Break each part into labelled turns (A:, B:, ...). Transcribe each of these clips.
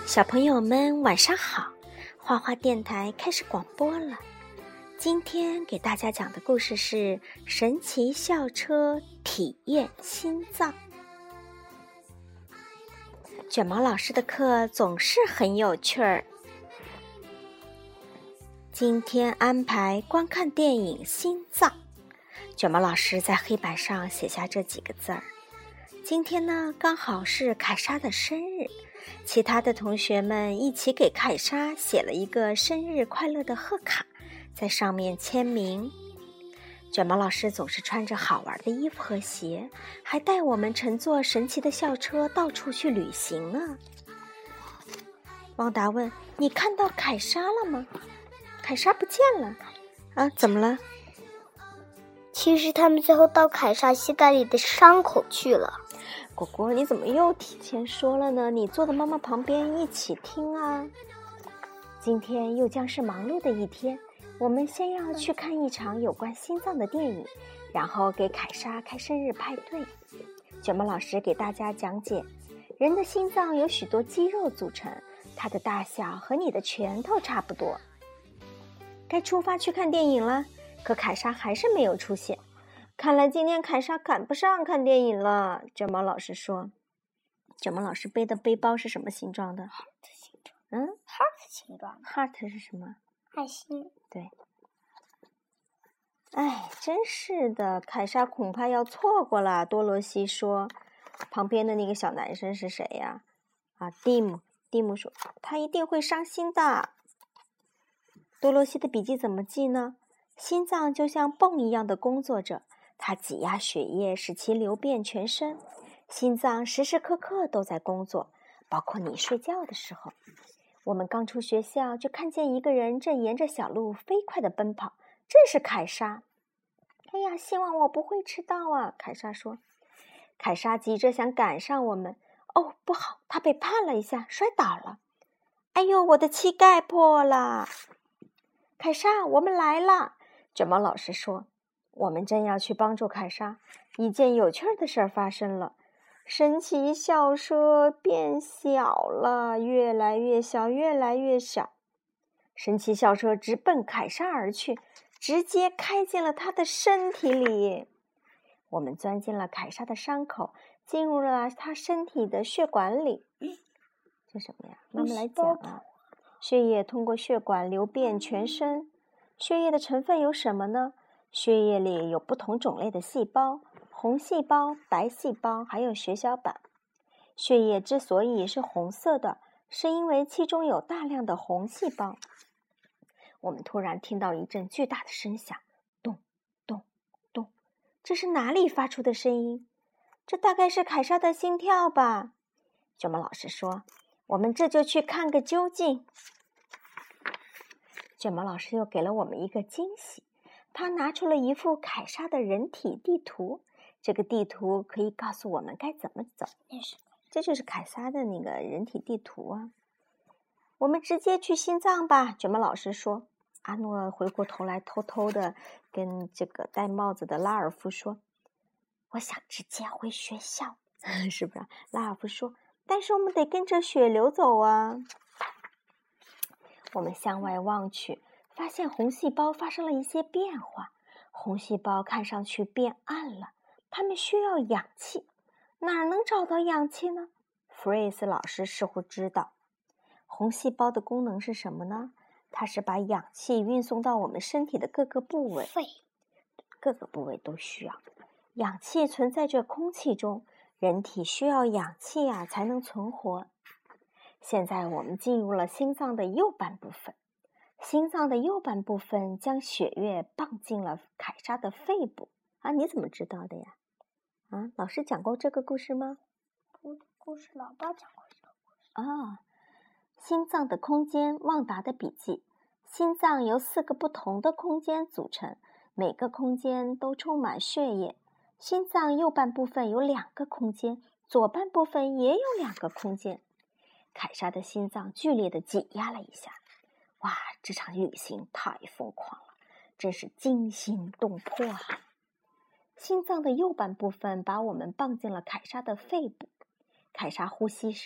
A: 小朋友们晚上好，花花电台开始广播了。今天给大家讲的故事是神奇校车体验心脏。卷毛老师的课总是很有趣儿。今天安排观看电影《心脏》，卷毛老师在黑板上写下这几个字儿。今天呢，刚好是凯莎的生日，其他的同学们一起给凯莎写了一个生日快乐的贺卡，在上面签名。卷毛老师总是穿着好玩的衣服和鞋，还带我们乘坐神奇的校车到处去旅行呢。汪达问：“你看到凯莎了吗？”凯莎不见了啊？怎么了？
B: 其实他们最后到凯莎膝盖里的伤口去了。
A: 果果，你怎么又提前说了呢？你坐在妈妈旁边一起听啊。今天又将是忙碌的一天，我们先要去看一场有关心脏的电影，然后给凯莎开生日派对。卷毛老师给大家讲解，人的心脏有许多肌肉组成，它的大小和你的拳头差不多。该出发去看电影了，可凯莎还是没有出现。看来今天凯莎赶不上看电影了，卷毛老师说。卷毛老师背的背包是什么形状的？
B: Heart 形状。Heart 形状。
A: Heart 是什么？
B: 爱心。
A: 对。哎，真是的，凯莎恐怕要错过了。多罗西说。旁边的那个小男生是谁呀？蒂姆说他一定会伤心的。多罗西的笔记怎么记呢？心脏就像泵一样的工作着，它挤压血液，使其流遍全身。心脏时时刻刻都在工作，包括你睡觉的时候。我们刚出学校，就看见一个人正沿着小路飞快地奔跑，正是凯莎。哎呀，希望我不会迟到啊，凯莎说。凯莎急着想赶上我们。哦，不好，她被绊了一下，摔倒了。哎呦，我的膝盖破了。凯莎，我们来了，卷毛老师说。我们正要去帮助凯莎，一件有趣的事发生了。神奇校车变小了，越来越小，越来越小。神奇校车直奔凯莎而去，直接开进了她的身体里。我们钻进了凯莎的伤口，进入了她身体的血管里。这什么呀？妈妈来讲啊。血液通过血管流遍全身。血液的成分有什么呢？血液里有不同种类的细胞，红细胞、白细胞，还有血小板。血液之所以是红色的，是因为其中有大量的红细胞。我们突然听到一阵巨大的声响，咚咚咚，这是哪里发出的声音？这大概是凯莎的心跳吧。卷毛老师说，我们这就去看个究竟。卷毛老师又给了我们一个惊喜，他拿出了一幅凯莎的人体地图。这个地图可以告诉我们该怎么走。这就是凯莎的那个人体地图啊。我们直接去心脏吧，卷毛老师说。阿诺回过头来，偷偷的跟这个戴帽子的拉尔夫说，我想直接回学校。是不是？拉尔夫说，但是我们得跟着血流走啊。我们向外望去，发现红细胞发生了一些变化。红细胞看上去变暗了，它们需要氧气。哪儿能找到氧气呢？弗瑞斯老师似乎知道。红细胞的功能是什么呢？它是把氧气运送到我们身体的各个部位。各个部位都需要。氧气存在着空气中，人体需要氧气才能存活。现在我们进入了心脏的右半部分。心脏的右半部分将血液泵进了凯莎的肺部。你怎么知道的呀？老师讲过这个故事吗？
B: 故事老爸讲过这个故事。
A: 心脏的空间，旺达的笔记。心脏由4个不同的空间组成，每个空间都充满血液。心脏右半部分有2个空间，左半部分也有2个空间。凯莎的心脏剧烈地挤压了一下。哇，这场旅行太疯狂了，真是惊心动魄啊！心脏的右半部分把我们放进了凯莎的肺部。凯莎呼吸时，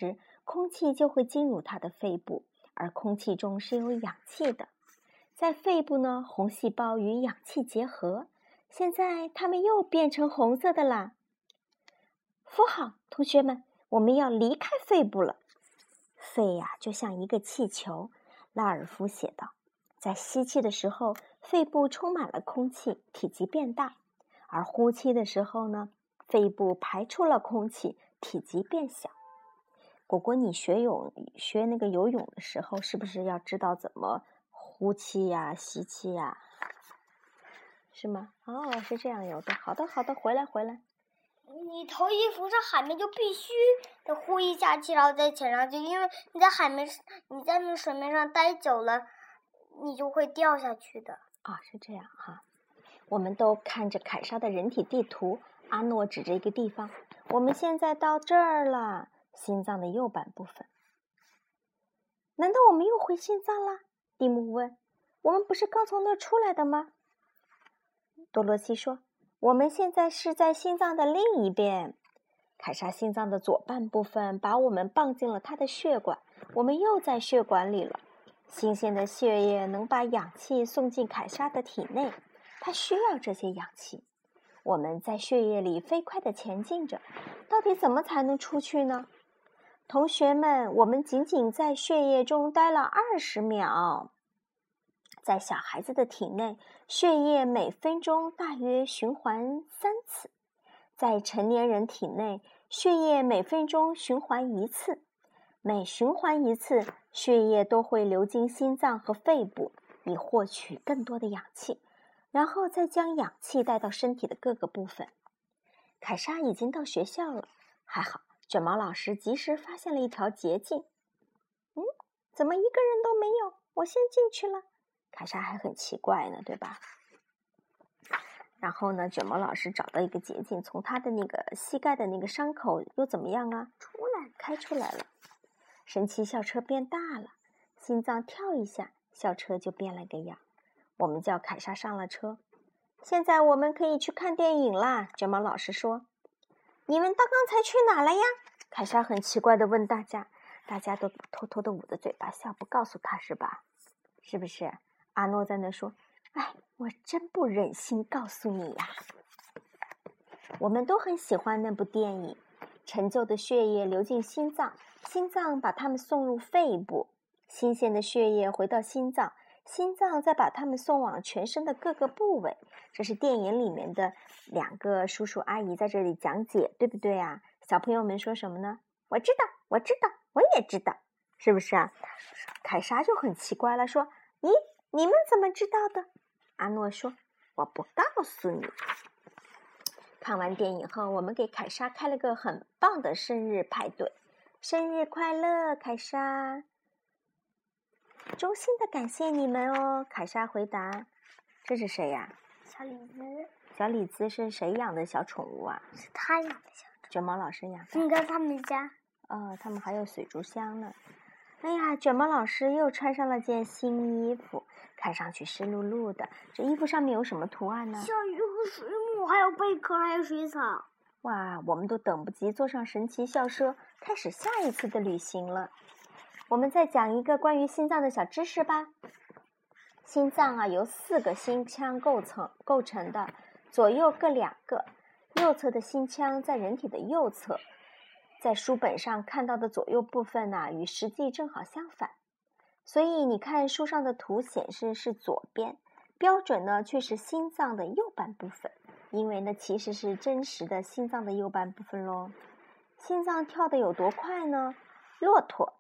A: 空气就会进入它的肺部，而空气中是有氧气的。在肺部呢，红细胞与氧气结合，现在它们又变成红色的啦。扶好，同学们，我们要离开肺部了。肺呀，就像一个气球，拉尔夫写道。在吸气的时候，肺部充满了空气，体积变大；而呼气的时候呢，肺部排出了空气，体积变小。果果，你学那个游泳的时候，是不是要知道怎么呼气呀、吸气呀？是吗？哦，是这样游的。好的，好的，回来。
B: 你头一浮上海面就必须得呼一下气，然后再潜上去，因为你在那个水面上待久了，你就会掉下去的。
A: 啊，是这样哈。我们都看着凯莎的人体地图，阿诺指着一个地方，我们现在到这儿了，心脏的右半部分。难道我们又回心脏了？蒂姆问。我们不是刚从那儿出来的吗？多罗西说，我们现在是在心脏的另一边。凯莎心脏的左半部分把我们放进了她的血管，我们又在血管里了。新鲜的血液能把氧气送进凯莎的体内，她需要这些氧气。我们在血液里飞快地前进着，到底怎么才能出去呢？同学们，我们仅仅在血液中待了20秒。在小孩子的体内，血液每分钟大约循环3次；在成年人体内，血液每分钟循环1次。每循环1次，血液都会流经心脏和肺部，以获取更多的氧气，然后再将氧气带到身体的各个部分。凯莎已经到学校了，还好，卷毛老师及时发现了一条捷径。怎么一个人都没有？我先进去了。凯莎还很奇怪呢，对吧？然后呢，卷毛老师找到一个捷径，从他的那个膝盖的那个伤口又怎么样啊？开出来了。神奇校车变大了，心脏跳一下，校车就变了个样。我们叫凯莎上了车。现在我们可以去看电影啦，卷毛老师说。你们刚刚才去哪了呀？凯莎很奇怪地问大家。大家都偷偷地捂着嘴巴笑，不告诉他是吧？是不是？阿诺在那说，哎，我真不忍心告诉你呀。我们都很喜欢那部电影。陈旧的血液流进心脏，心脏把它们送入肺部，新鲜的血液回到心脏，心脏再把它们送往全身的各个部位。这是电影里面的2个叔叔阿姨在这里讲解，对不对啊？小朋友们说什么呢？我知道，我也知道，是不是啊？凯莎就很奇怪了，说，咦，你们怎么知道的？阿诺说，我不告诉你。看完电影后，我们给凯莎开了个很棒的生日派对。生日快乐，凯莎！衷心的感谢你们哦，凯莎回答。这是谁呀？
B: 小李子。
A: 小李子是谁养的小宠物啊？
B: 是他养的小宠物。
A: 卷毛老师养的。
B: 应该他们家。
A: 他们还有水族箱呢。哎呀，卷毛老师又穿上了件新衣服，看上去湿漉漉的。这衣服上面有什么图案呢？
B: 小鱼和水母，还有贝壳，还有水草。
A: 哇，我们都等不及坐上神奇校车，开始下一次的旅行了。我们再讲一个关于心脏的小知识吧。心脏啊，由4个心腔构成的，左右各2个。右侧的心腔在人体的右侧。在书本上看到的左右部分呢，与实际正好相反，所以你看书上的图显示是左边，标准呢却是心脏的右半部分，因为呢其实是真实的心脏的右半部分咯。心脏跳得有多快呢？骆驼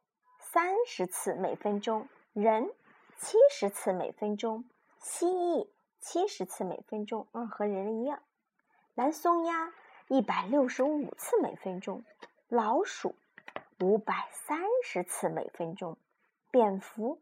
A: 30次每分钟，人70次每分钟，蜥蜴70次每分钟，和人一样。蓝松鸦165次每分钟。老鼠530次每分钟，蝙蝠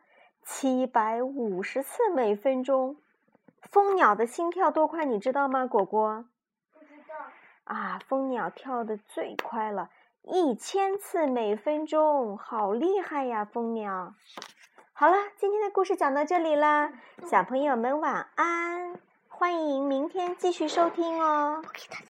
A: 750次每分钟。蜂鸟的心跳多快，你知道吗，果果？
B: 不知道。
A: 啊，蜂鸟跳得最快了，1000次每分钟，好厉害呀，蜂鸟！好了，今天的故事讲到这里啦，小朋友们晚安，欢迎明天继续收听哦。